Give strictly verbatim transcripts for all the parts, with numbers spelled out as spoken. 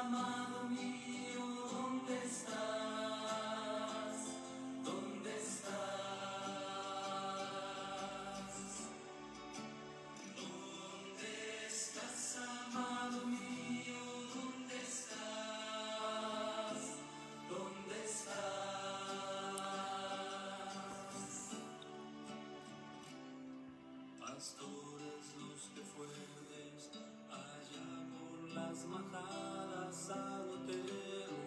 amado mío? ¿Dónde estás? ¿Dónde estás? ¿Dónde estás, amado mío? ¿Dónde estás? ¿Dónde estás? Pastores los que fuertes allá por las majadas al otero.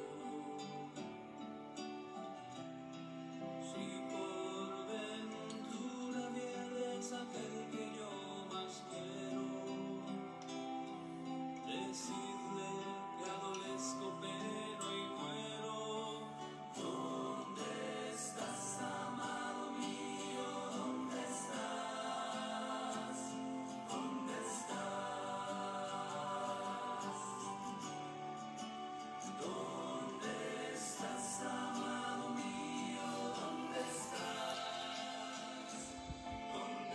Si por ventura vieres aquel que yo más quiero, decidle que adolezco, pero y muero. ¿Dónde estás, amado mío? ¿Dónde estás? ¿Dónde estás? ¿Dónde estás, amado mío? ¿Dónde estás? ¿Dónde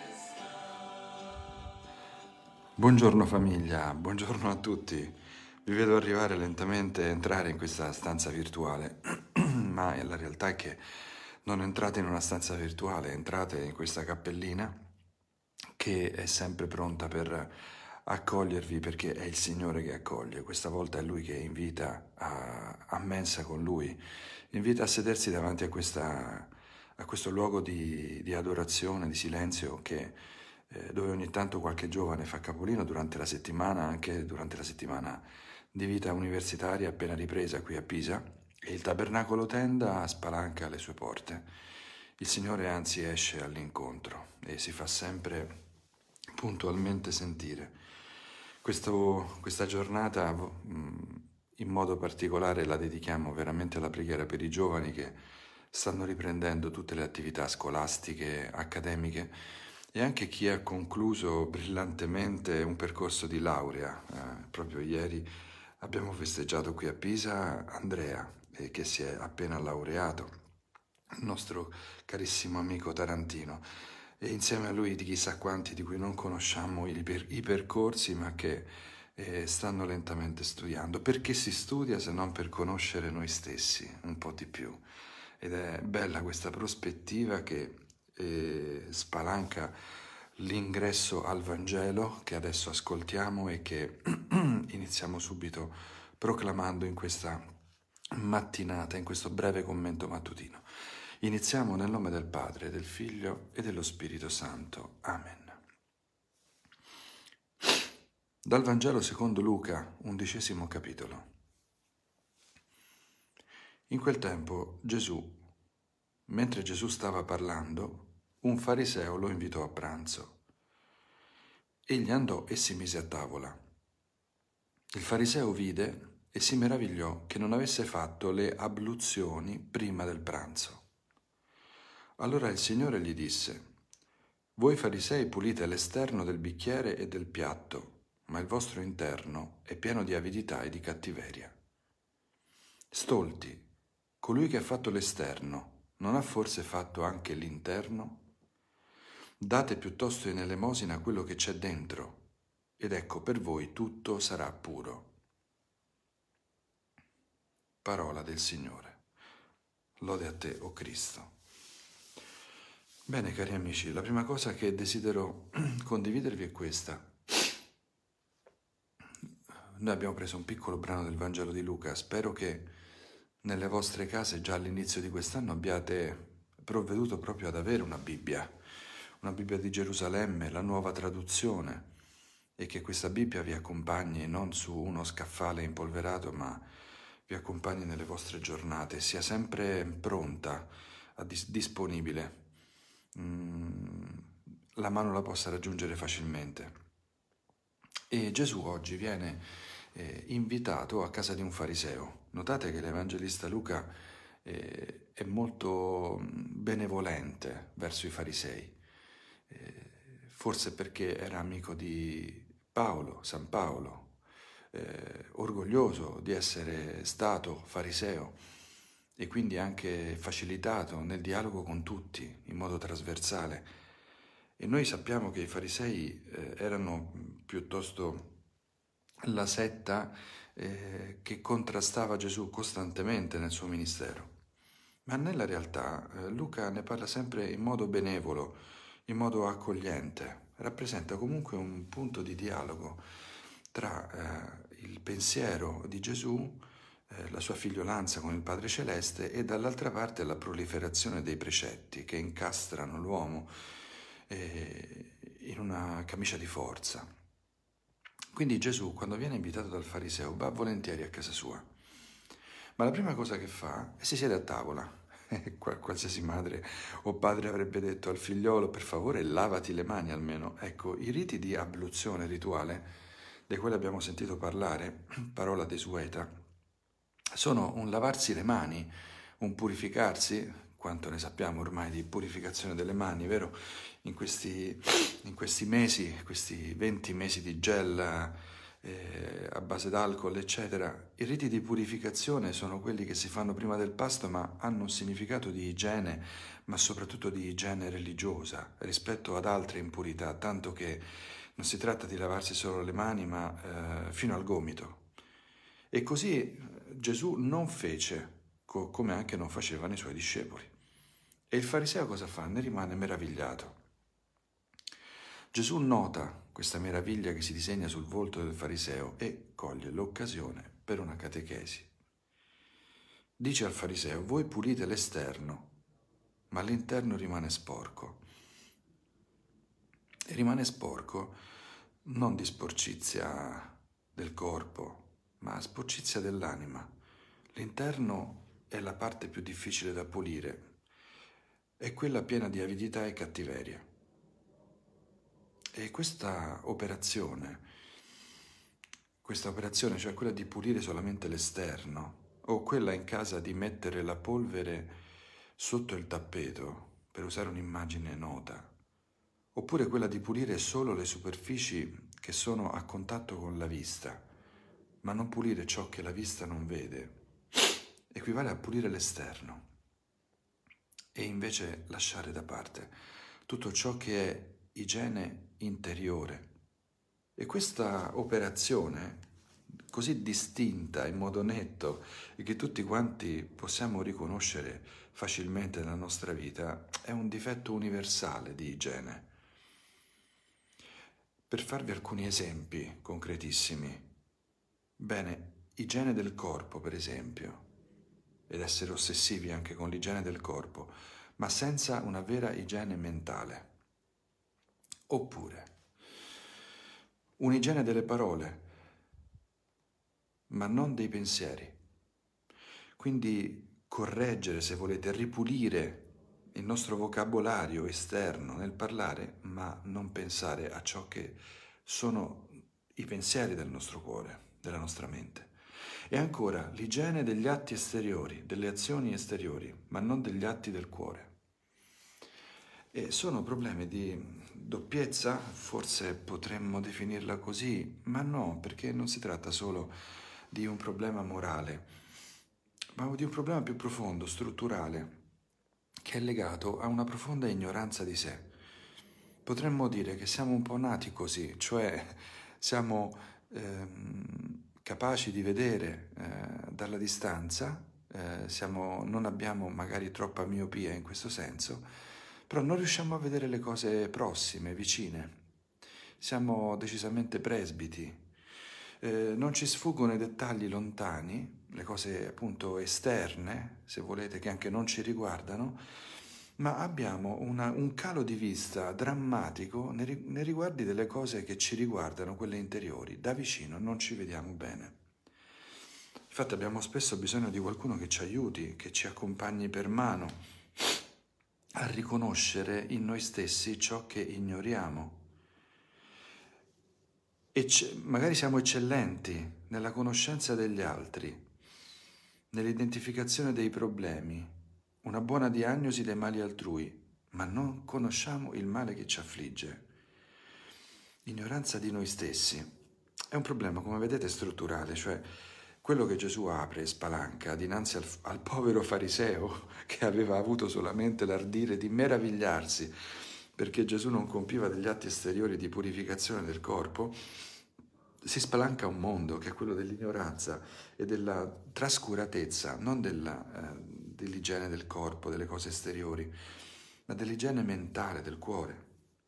estás? Buongiorno famiglia, buongiorno a tutti. Vi vedo arrivare lentamente e entrare in questa stanza virtuale, ma la realtà è che non entrate in una stanza virtuale, entrate in questa cappellina che è sempre pronta per accogliervi, perché è il Signore che accoglie. Questa volta è Lui che invita a, a mensa con Lui, invita a sedersi davanti a, questa, a questo luogo di, di adorazione, di silenzio, che, eh, dove ogni tanto qualche giovane fa capolino durante la settimana, anche durante la settimana di vita universitaria appena ripresa qui a Pisa, e il tabernacolo tenda spalanca le sue porte. Il Signore anzi esce all'incontro e si fa sempre puntualmente sentire. Questo, questa giornata in modo particolare la dedichiamo veramente alla preghiera per i giovani che stanno riprendendo tutte le attività scolastiche, accademiche, e anche chi ha concluso brillantemente un percorso di laurea. Eh, proprio ieri abbiamo festeggiato qui a Pisa Andrea, eh, che si è appena laureato, il nostro carissimo amico tarantino, e insieme a lui di chissà quanti di cui non conosciamo i, per, i percorsi, ma che eh, stanno lentamente studiando. Perché si studia se non per conoscere noi stessi un po' di più? Ed è bella questa prospettiva che eh, spalanca l'ingresso al Vangelo che adesso ascoltiamo e che iniziamo subito proclamando in questa mattinata, in questo breve commento mattutino. Iniziamo nel nome del Padre, del Figlio e dello Spirito Santo. Amen. Dal Vangelo secondo Luca, undicesimo capitolo. In quel tempo Gesù, mentre Gesù stava parlando, un fariseo lo invitò a pranzo. Egli andò e si mise a tavola. Il fariseo vide e si meravigliò che non avesse fatto le abluzioni prima del pranzo. Allora il Signore gli disse: voi farisei pulite l'esterno del bicchiere e del piatto, ma il vostro interno è pieno di avidità e di cattiveria. Stolti, colui che ha fatto l'esterno non ha forse fatto anche l'interno? Date piuttosto in elemosina quello che c'è dentro, ed ecco per voi tutto sarà puro. Parola del Signore. Lode a te, o Cristo. Bene, cari amici, la prima cosa che desidero condividervi è questa. Noi abbiamo preso un piccolo brano del Vangelo di Luca. Spero che nelle vostre case già all'inizio di quest'anno abbiate provveduto proprio ad avere una Bibbia, una Bibbia di Gerusalemme, la nuova traduzione, e che questa Bibbia vi accompagni non su uno scaffale impolverato, ma vi accompagni nelle vostre giornate, sia sempre pronta, dis- disponibile, mm, la mano la possa raggiungere facilmente. E Gesù oggi viene eh, invitato a casa di un fariseo. Notate che l'Evangelista Luca eh, è molto benevolente verso i farisei, eh, forse perché era amico di Paolo, San Paolo, eh, orgoglioso di essere stato fariseo e quindi anche facilitato nel dialogo con tutti in modo trasversale. E noi sappiamo che i farisei eh, erano piuttosto la setta eh, che contrastava Gesù costantemente nel suo ministero. Ma nella realtà eh, Luca ne parla sempre in modo benevolo, in modo accogliente, rappresenta comunque un punto di dialogo tra eh, il pensiero di Gesù, eh, la sua figliolanza con il Padre Celeste e dall'altra parte la proliferazione dei precetti che incastrano l'uomo eh, in una camicia di forza. Quindi Gesù, quando viene invitato dal fariseo, va volentieri a casa sua. Ma la prima cosa che fa è si siede a tavola. Qualsiasi madre o padre avrebbe detto al figliolo: per favore lavati le mani almeno. Ecco, i riti di abluzione rituale, dei quali abbiamo sentito parlare, parola desueta, sono un lavarsi le mani, un purificarsi, quanto ne sappiamo ormai di purificazione delle mani, vero? In questi, in questi mesi, questi venti mesi di gel eh, a base d'alcol, eccetera, i riti di purificazione sono quelli che si fanno prima del pasto, ma hanno un significato di igiene, ma soprattutto di igiene religiosa rispetto ad altre impurità, tanto che non si tratta di lavarsi solo le mani, ma eh, fino al gomito. E così Gesù non fece, co- come anche non facevano i suoi discepoli. E il fariseo cosa fa? Ne rimane meravigliato. Gesù nota questa meraviglia che si disegna sul volto del fariseo e coglie l'occasione per una catechesi. Dice al fariseo: voi pulite l'esterno, ma l'interno rimane sporco. E rimane sporco non di sporcizia del corpo, ma sporcizia dell'anima. L'interno è la parte più difficile da pulire, è quella piena di avidità e cattiveria. E questa operazione, questa operazione, cioè quella di pulire solamente l'esterno, o quella in casa di mettere la polvere sotto il tappeto, per usare un'immagine nota, oppure quella di pulire solo le superfici che sono a contatto con la vista, ma non pulire ciò che la vista non vede, equivale a pulire l'esterno e invece lasciare da parte tutto ciò che è igiene interiore. E questa operazione, così distinta in modo netto e che tutti quanti possiamo riconoscere facilmente nella nostra vita, è un difetto universale di igiene. Per farvi alcuni esempi concretissimi. Bene, igiene del corpo, per esempio, ed essere ossessivi anche con l'igiene del corpo, ma senza una vera igiene mentale. Oppure un'igiene delle parole, ma non dei pensieri. Quindi correggere, se volete, ripulire il nostro vocabolario esterno nel parlare, ma non pensare a ciò che sono i pensieri del nostro cuore, della nostra mente. E ancora l'igiene degli atti esteriori, delle azioni esteriori, ma non degli atti del cuore. E sono problemi di doppiezza, forse potremmo definirla così, ma no, perché non si tratta solo di un problema morale, ma di un problema più profondo, strutturale, che è legato a una profonda ignoranza di sé. Potremmo dire che siamo un po' nati così, cioè siamo ehm, capaci di vedere eh, dalla distanza, eh, siamo, non abbiamo magari troppa miopia in questo senso, però non riusciamo a vedere le cose prossime, vicine. Siamo decisamente presbiti. Eh, non ci sfuggono i dettagli lontani, le cose appunto esterne, se volete, che anche non ci riguardano, ma abbiamo una, un calo di vista drammatico nei, nei riguardi delle cose che ci riguardano, quelle interiori. Da vicino non ci vediamo bene. Infatti abbiamo spesso bisogno di qualcuno che ci aiuti, che ci accompagni per mano a riconoscere in noi stessi ciò che ignoriamo. E magari siamo eccellenti nella conoscenza degli altri, nell'identificazione dei problemi, una buona diagnosi dei mali altrui, ma non conosciamo il male che ci affligge. Ignoranza di noi stessi è un problema, come vedete, strutturale, cioè quello che Gesù apre e spalanca dinanzi al, al povero fariseo che aveva avuto solamente l'ardire di meravigliarsi perché Gesù non compiva degli atti esteriori di purificazione del corpo, si spalanca un mondo che è quello dell'ignoranza e della trascuratezza, non della, eh, dell'igiene del corpo, delle cose esteriori, ma dell'igiene mentale, del cuore.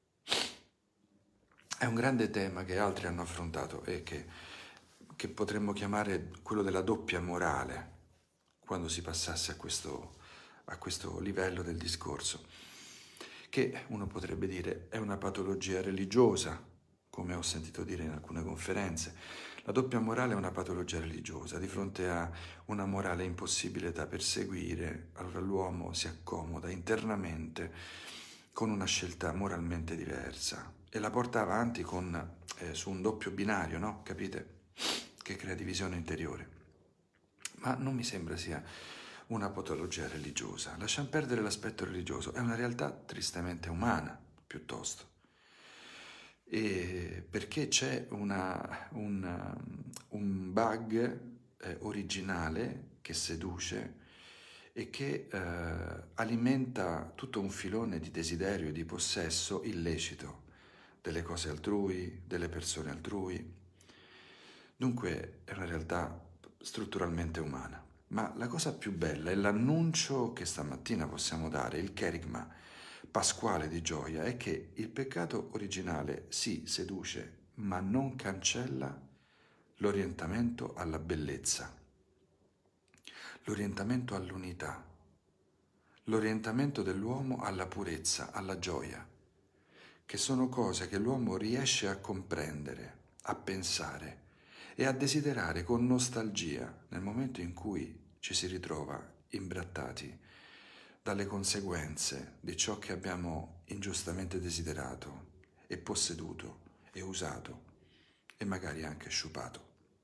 È un grande tema che altri hanno affrontato e che, che potremmo chiamare quello della doppia morale, quando si passasse a questo, a questo livello del discorso, che uno potrebbe dire è una patologia religiosa, come ho sentito dire in alcune conferenze. La doppia morale è una patologia religiosa. Di fronte a una morale impossibile da perseguire, allora l'uomo si accomoda internamente con una scelta moralmente diversa e la porta avanti con, eh, su un doppio binario, no? Capite? Che crea divisione interiore. Ma non mi sembra sia una patologia religiosa. Lasciamo perdere l'aspetto religioso, è una realtà tristemente umana, piuttosto. E perché c'è una, una, un bug eh, originale che seduce e che eh, alimenta tutto un filone di desiderio e di possesso illecito delle cose altrui, delle persone altrui. Dunque è una realtà strutturalmente umana. Ma la cosa più bella è l'annuncio che stamattina possiamo dare, il kerigma pasquale di gioia, è che il peccato originale sì seduce, ma non cancella l'orientamento alla bellezza, l'orientamento all'unità, l'orientamento dell'uomo alla purezza, alla gioia, che sono cose che l'uomo riesce a comprendere, a pensare e a desiderare con nostalgia nel momento in cui ci si ritrova imbrattati dalle conseguenze di ciò che abbiamo ingiustamente desiderato e posseduto e usato e magari anche sciupato.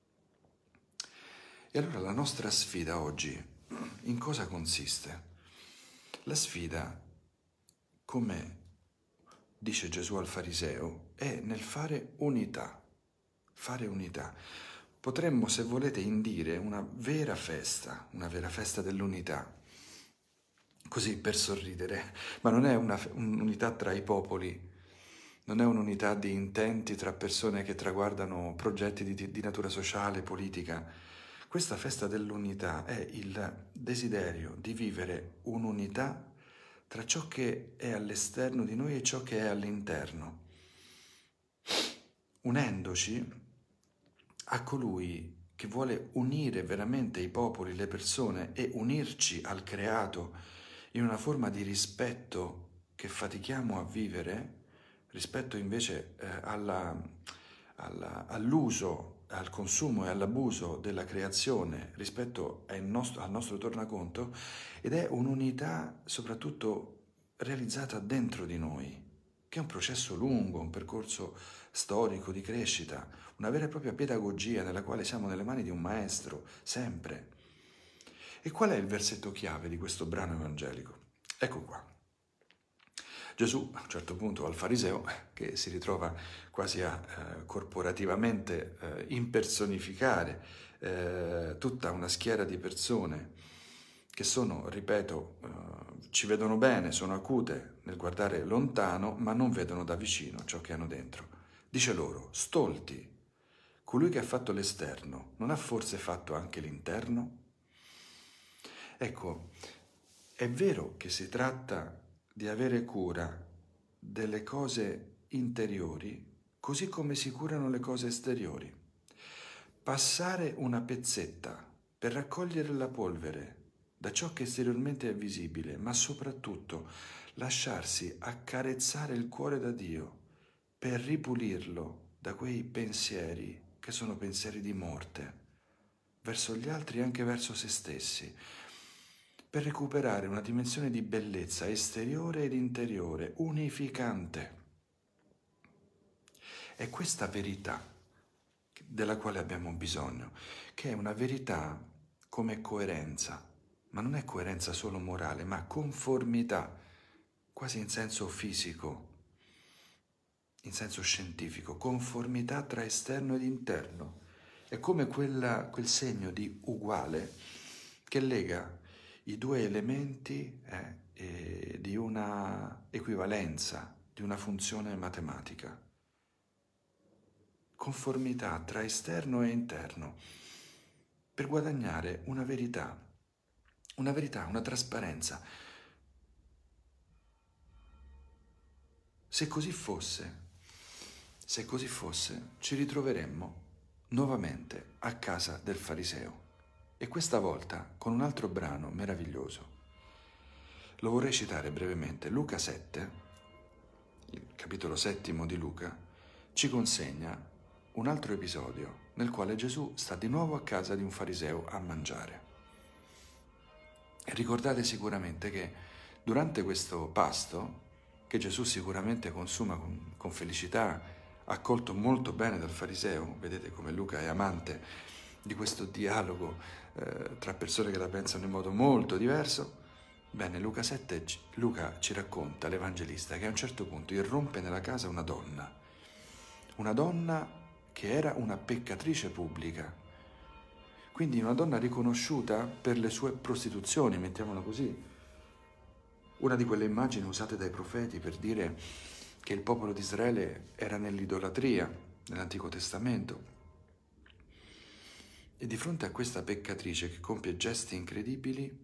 E allora la nostra sfida oggi in cosa consiste? La sfida, come dice Gesù al fariseo, è nel fare unità, fare unità. Potremmo, se volete, indire una vera festa, una vera festa dell'unità, così per sorridere, ma non è una, un'unità tra i popoli, non è un'unità di intenti tra persone che traguardano progetti di, di natura sociale, politica. Questa festa dell'unità è il desiderio di vivere un'unità tra ciò che è all'esterno di noi e ciò che è all'interno, unendoci a colui che vuole unire veramente i popoli, le persone e unirci al creato in una forma di rispetto che fatichiamo a vivere, rispetto invece eh, alla, alla, all'uso, al consumo e all'abuso della creazione, rispetto al nostro, al nostro tornaconto, ed è un'unità soprattutto realizzata dentro di noi, che è un processo lungo, un percorso storico di crescita, una vera e propria pedagogia nella quale siamo nelle mani di un maestro, sempre. E qual è il versetto chiave di questo brano evangelico? Ecco qua. Gesù a un certo punto al fariseo, che si ritrova quasi a eh, corporativamente eh, impersonificare eh, tutta una schiera di persone che sono, ripeto, eh, ci vedono bene, sono acute nel guardare lontano, ma non vedono da vicino ciò che hanno dentro. Dice loro, stolti, colui che ha fatto l'esterno non ha forse fatto anche l'interno? Ecco, è vero che si tratta di avere cura delle cose interiori, così come si curano le cose esteriori. Passare una pezzetta per raccogliere la polvere da ciò che esteriormente è visibile, ma soprattutto lasciarsi accarezzare il cuore da Dio per ripulirlo da quei pensieri che sono pensieri di morte, verso gli altri e anche verso se stessi, per recuperare una dimensione di bellezza esteriore ed interiore, unificante. È questa verità della quale abbiamo bisogno, che è una verità come coerenza, ma non è coerenza solo morale, ma conformità, quasi in senso fisico, in senso scientifico, conformità tra esterno ed interno. È come quella, quel segno di uguale che lega i due elementi eh, eh, di una equivalenza, di una funzione matematica. conformità tra esterno e interno, per guadagnare una verità, una verità, una trasparenza. Se così fosse, se così fosse, ci ritroveremmo nuovamente a casa del fariseo, e questa volta con un altro brano meraviglioso. Lo vorrei citare brevemente. Luca sette, il capitolo settimo di Luca, ci consegna un altro episodio nel quale Gesù sta di nuovo a casa di un fariseo a mangiare. E ricordate sicuramente che durante questo pasto, che Gesù sicuramente consuma con, con felicità, accolto molto bene dal fariseo, vedete come Luca è amante di questo dialogo eh, tra persone che la pensano in modo molto diverso. Bene, Luca sette, Luca ci racconta, l'Evangelista, che a un certo punto irrompe nella casa una donna, una donna che era una peccatrice pubblica, quindi una donna riconosciuta per le sue prostituzioni, mettiamola così, una di quelle immagini usate dai profeti per dire che il popolo di Israele era nell'idolatria nell'Antico Testamento. E di fronte a questa peccatrice che compie gesti incredibili,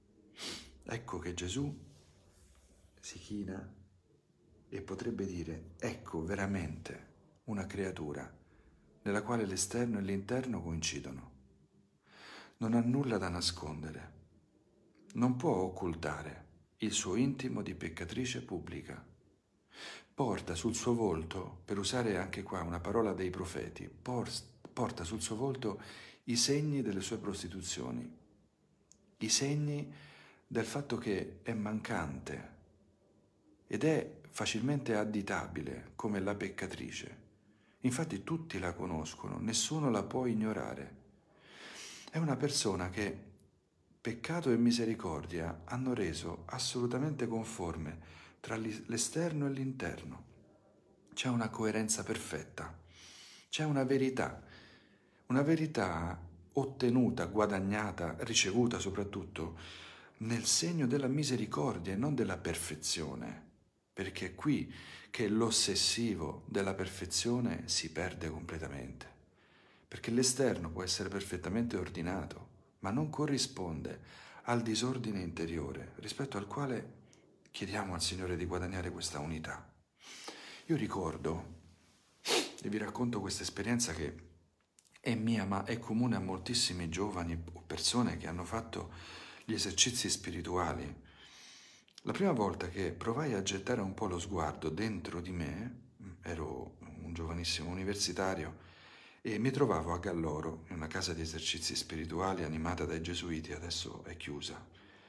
ecco che Gesù si china e potrebbe dire: ecco veramente una creatura nella quale l'esterno e l'interno coincidono. Non ha nulla da nascondere, non può occultare il suo intimo di peccatrice pubblica. Porta sul suo volto, per usare anche qua una parola dei profeti, porta sul suo volto i segni delle sue prostituzioni, i segni del fatto che è mancante ed è facilmente additabile come la peccatrice. Infatti tutti la conoscono, nessuno la può ignorare. È una persona che peccato e misericordia hanno reso assolutamente conforme tra l'esterno e l'interno. C'è una coerenza perfetta, c'è una verità, una verità ottenuta, guadagnata, ricevuta soprattutto nel segno della misericordia e non della perfezione, perché è qui che l'ossessivo della perfezione si perde completamente, perché l'esterno può essere perfettamente ordinato, ma non corrisponde al disordine interiore, rispetto al quale chiediamo al Signore di guadagnare questa unità. Io ricordo, e vi racconto questa esperienza che è mia, ma è comune a moltissimi giovani o persone che hanno fatto gli esercizi spirituali. La prima volta che provai a gettare un po' lo sguardo dentro di me, ero un giovanissimo universitario, e mi trovavo a Galloro, in una casa di esercizi spirituali animata dai gesuiti, adesso è chiusa.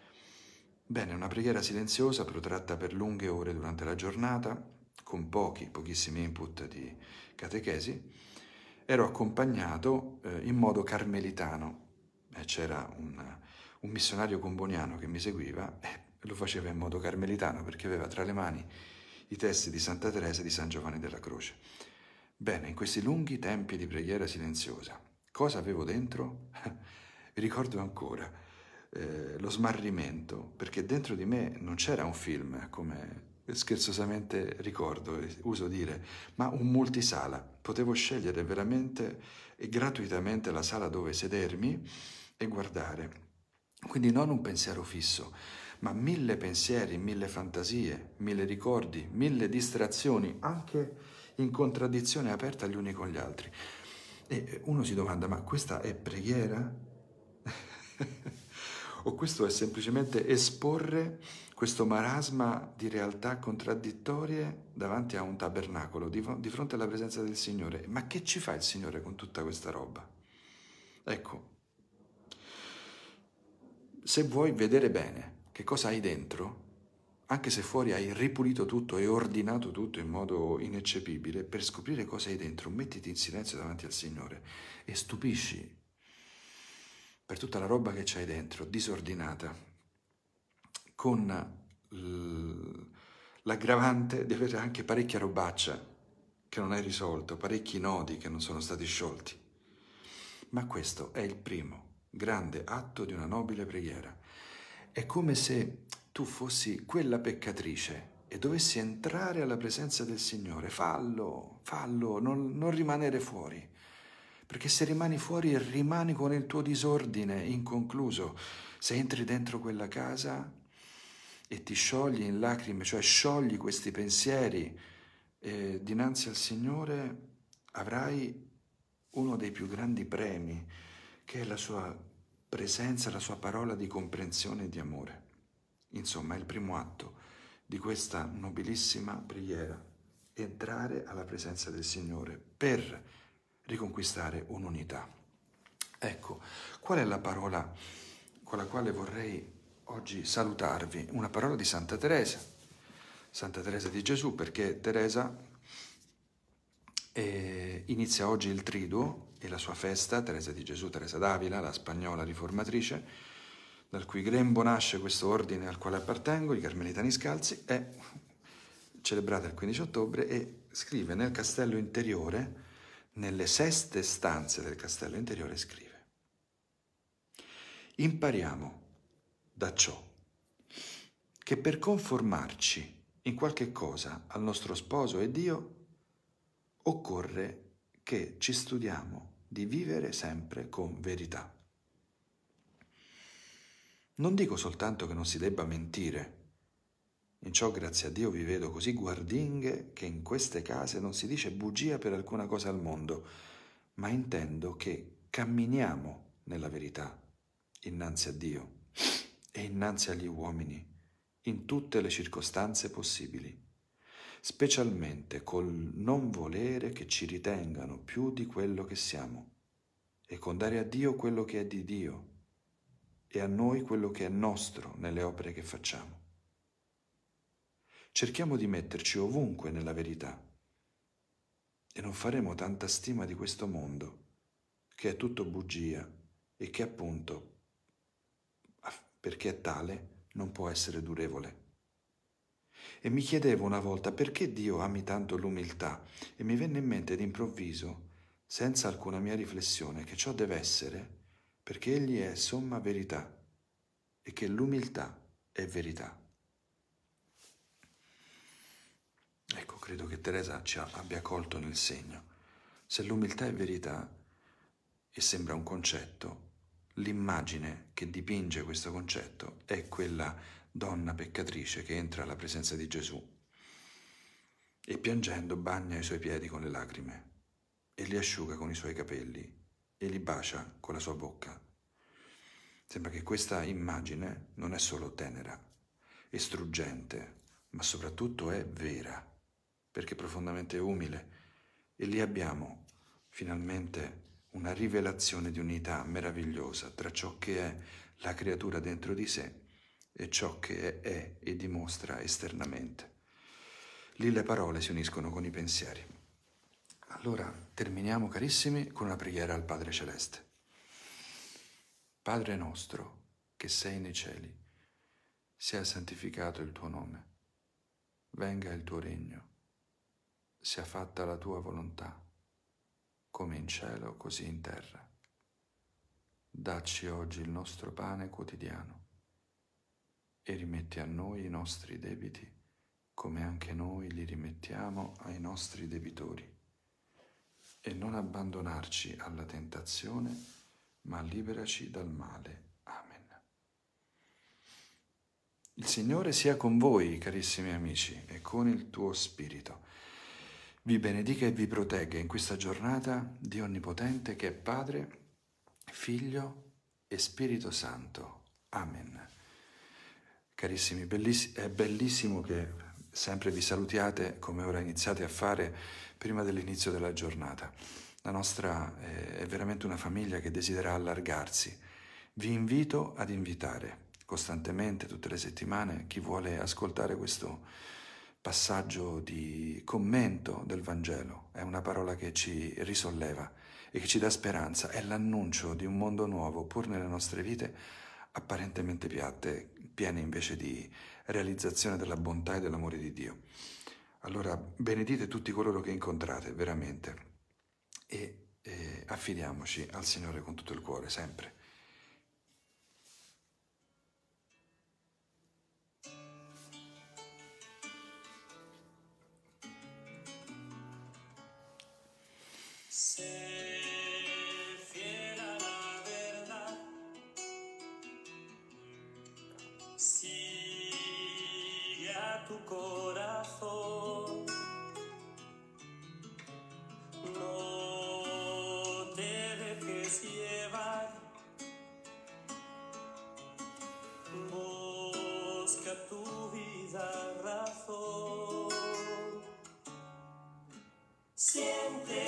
Bene, una preghiera silenziosa protratta per lunghe ore durante la giornata, con pochi, pochissimi input di catechesi. Ero accompagnato eh, in modo carmelitano, eh, c'era un, un missionario comboniano che mi seguiva e lo faceva in modo carmelitano perché aveva tra le mani i testi di Santa Teresa e di San Giovanni della Croce. Bene, in questi lunghi tempi di preghiera silenziosa, cosa avevo dentro? Vi ricordo ancora eh, lo smarrimento, perché dentro di me non c'era un film, come scherzosamente ricordo, uso dire, ma un multisala. Potevo scegliere veramente e gratuitamente la sala dove sedermi e guardare. Quindi non un pensiero fisso, ma mille pensieri, mille fantasie, mille ricordi, mille distrazioni, anche in contraddizione aperta gli uni con gli altri. E uno si domanda: ma questa è preghiera? O questo è semplicemente esporre questo marasma di realtà contraddittorie davanti a un tabernacolo, di, di fronte alla presenza del Signore? Ma che ci fa il Signore con tutta questa roba? Ecco, se vuoi vedere bene che cosa hai dentro, anche se fuori hai ripulito tutto e ordinato tutto in modo ineccepibile, per scoprire cosa hai dentro, mettiti in silenzio davanti al Signore e stupisci per tutta la roba che c'hai dentro, disordinata, con l'aggravante di avere anche parecchia robaccia che non hai risolto, parecchi nodi che non sono stati sciolti. Ma questo è il primo grande atto di una nobile preghiera. È come se tu fossi quella peccatrice e dovessi entrare alla presenza del Signore, fallo, fallo, non, non rimanere fuori, perché se rimani fuori rimani con il tuo disordine inconcluso. Se entri dentro quella casa e ti sciogli in lacrime, cioè sciogli questi pensieri eh, dinanzi al Signore, avrai uno dei più grandi premi, che è la sua presenza, la sua parola di comprensione e di amore. Insomma, è il primo atto di questa nobilissima preghiera, entrare alla presenza del Signore per riconquistare un'unità. Ecco, qual è la parola con la quale vorrei oggi salutarvi? Una parola di Santa Teresa, Santa Teresa di Gesù, perché Teresa eh, inizia oggi il Triduo e la sua festa, Teresa di Gesù, Teresa d'Avila, la spagnola riformatrice, dal cui grembo nasce questo ordine al quale appartengo, i Carmelitani Scalzi, è celebrata il quindici ottobre e scrive nel castello interiore, nelle seste stanze del castello interiore, scrive: impariamo da ciò che per conformarci in qualche cosa al nostro sposo e Dio occorre che ci studiamo di vivere sempre con verità. Non dico soltanto che non si debba mentire. In ciò, grazie a Dio, vi vedo così guardinghe che in queste case non si dice bugia per alcuna cosa al mondo, ma intendo che camminiamo nella verità innanzi a Dio e innanzi agli uomini in tutte le circostanze possibili, specialmente col non volere che ci ritengano più di quello che siamo e con dare a Dio quello che è di Dio e a noi quello che è nostro nelle opere che facciamo. Cerchiamo di metterci ovunque nella verità e non faremo tanta stima di questo mondo, che è tutto bugia e che appunto, perché è tale, non può essere durevole. E mi chiedevo una volta perché Dio ami tanto l'umiltà e mi venne in mente d'improvviso, senza alcuna mia riflessione, che ciò deve essere perché Egli è somma verità e che l'umiltà è verità. Ecco, credo che Teresa ci abbia colto nel segno. Se l'umiltà è verità, e sembra un concetto, l'immagine che dipinge questo concetto è quella donna peccatrice che entra alla presenza di Gesù e piangendo bagna i suoi piedi con le lacrime e li asciuga con i suoi capelli e li bacia con la sua bocca. Sembra che questa immagine non è solo tenera e struggente, ma soprattutto è vera, perché è profondamente umile. E lì abbiamo finalmente una rivelazione di unità meravigliosa tra ciò che è la creatura dentro di sé e ciò che è, è e dimostra esternamente. Lì le parole si uniscono con i pensieri. Allora terminiamo, carissimi, con una preghiera al Padre Celeste. Padre nostro, che sei nei cieli, sia santificato il tuo nome, venga il tuo regno, sia fatta la tua volontà, come in cielo, così in terra. Dacci oggi il nostro pane quotidiano e rimetti a noi i nostri debiti, come anche noi li rimettiamo ai nostri debitori. E non abbandonarci alla tentazione, ma liberaci dal male. Amen. Il Signore sia con voi, carissimi amici, e con il tuo spirito. Vi benedica e vi protegga in questa giornata Dio Onnipotente, che è Padre, Figlio e Spirito Santo. Amen. Carissimi, belliss- è bellissimo che sempre vi salutiate come ora iniziate a fare prima dell'inizio della giornata. La nostra è veramente una famiglia che desidera allargarsi. Vi invito ad invitare costantemente, tutte le settimane, chi vuole ascoltare questo passaggio di commento del Vangelo. È una parola che ci risolleva e che ci dà speranza. È l'annuncio di un mondo nuovo, pur nelle nostre vite apparentemente piatte, piene invece di realizzazione della bontà e dell'amore di Dio. Allora benedite tutti coloro che incontrate, veramente, e eh, affidiamoci al Signore con tutto il cuore, sempre. Sé fiel a la verdad, sigue a tu corazón, no te dejes llevar, busca tu vida razón, siente